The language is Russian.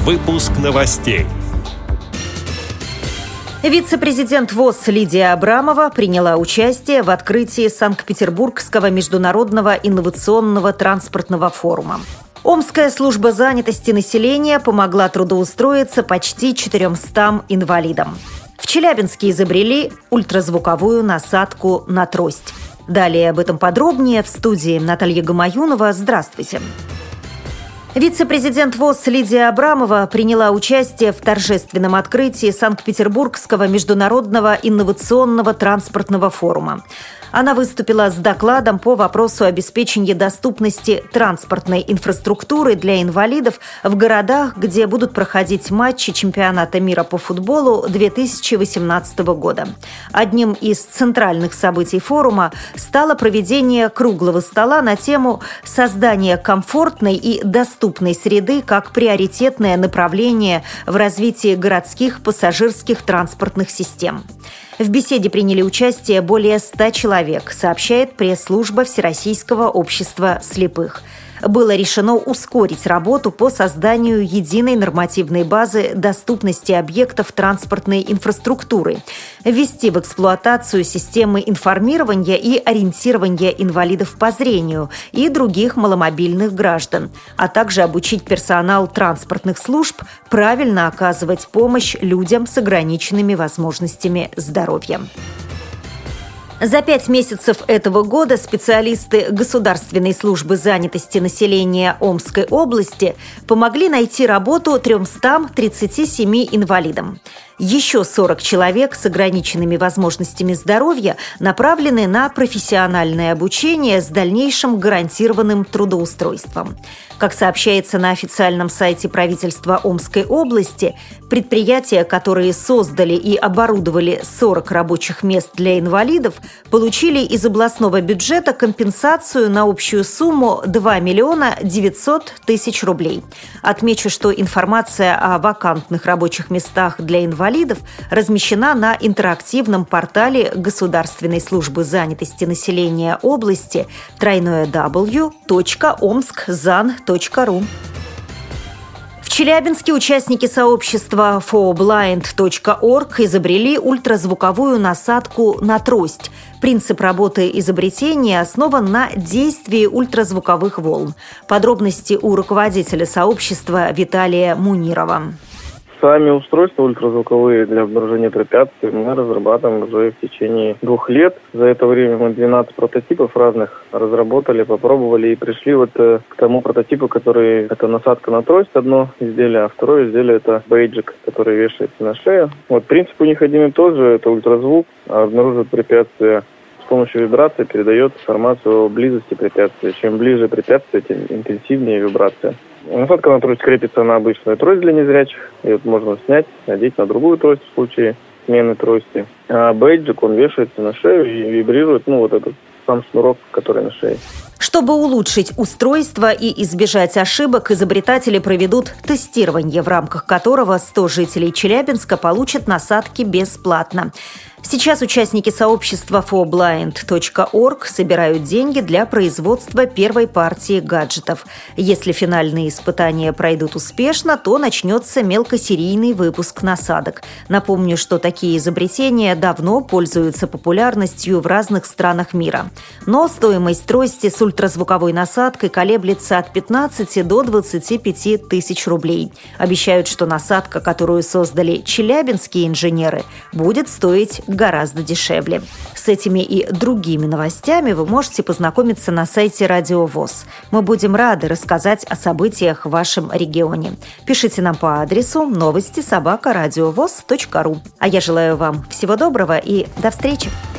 Выпуск новостей. Вице-президент ВОС Лидия Абрамова приняла участие в открытии Санкт-Петербургского международного инновационного транспортного форума. Омская служба занятости населения помогла трудоустроиться почти 400 инвалидам. В Челябинске изобрели ультразвуковую насадку на трость. Далее об этом подробнее в студии Наталья Гамаюнова. Здравствуйте. Вице-президент ВОС Лидия Абрамова приняла участие в торжественном открытии Санкт-Петербургского международного инновационного транспортного форума. Она выступила с докладом по вопросу обеспечения доступности транспортной инфраструктуры для инвалидов в городах, где будут проходить матчи чемпионата мира по футболу 2018 года. Одним из центральных событий форума стало проведение круглого стола на тему создания комфортной и доступной среды как приоритетное направление в развитии городских пассажирских транспортных систем. В беседе приняли участие более 100 человек, сообщает пресс-служба Всероссийского общества слепых. Было решено ускорить работу по созданию единой нормативной базы доступности объектов транспортной инфраструктуры, ввести в эксплуатацию системы информирования и ориентирования инвалидов по зрению и других маломобильных граждан, а также обучить персонал транспортных служб правильно оказывать помощь людям с ограниченными возможностями здоровья. За 5 месяцев этого года специалисты Государственной службы занятости населения Омской области помогли найти работу 337 инвалидам. Еще 40 человек с ограниченными возможностями здоровья направлены на профессиональное обучение с дальнейшим гарантированным трудоустройством. Как сообщается на официальном сайте правительства Омской области, предприятия, которые создали и оборудовали 40 рабочих мест для инвалидов, получили из областного бюджета компенсацию на общую сумму 2 миллиона 900 тысяч рублей. Отмечу, что информация о вакантных рабочих местах для инвалидов размещена на интерактивном портале Государственной службы занятости населения области www.omskzan.ru. В Челябинске участники сообщества forblind.org изобрели ультразвуковую насадку на трость. Принцип работы изобретения основан на действии ультразвуковых волн. Подробности у руководителя сообщества Виталия Мунирова. Сами устройства ультразвуковые для обнаружения препятствий мы разрабатываем уже в течение 2 лет. За это время мы 12 прототипов разных разработали, попробовали и пришли к тому прототипу, который это насадка на трость, одно изделие, а второе изделие это бейджик, который вешается на шею. Принцип у них один и тот же, это ультразвук, обнаруживает препятствия. С помощью вибрации передает информацию о близости препятствия. Чем ближе препятствие, тем интенсивнее вибрация. Насадка на трость крепится на обычную трость для незрячих. Ее можно снять, надеть на другую трость в случае смены трости. А бейджик, он вешается на шею и вибрирует, этот сам шнурок, который на шее. Чтобы улучшить устройство и избежать ошибок, изобретатели проведут тестирование, в рамках которого 100 жителей Челябинска получат насадки бесплатно. Сейчас участники сообщества forblind.org собирают деньги для производства первой партии гаджетов. Если финальные испытания пройдут успешно, то начнется мелкосерийный выпуск насадок. Напомню, что такие изобретения давно пользуются популярностью в разных странах мира. Но стоимость трости с ультразвуковой насадкой колеблется от 15 до 25 тысяч рублей. Обещают, что насадка, которую создали челябинские инженеры, будет стоить гораздо дешевле. С этими и другими новостями вы можете познакомиться на сайте Радио ВОС. Мы будем рады рассказать о событиях в вашем регионе. Пишите нам по адресу новости@радиовос.ру. А я желаю вам всего доброго и до встречи!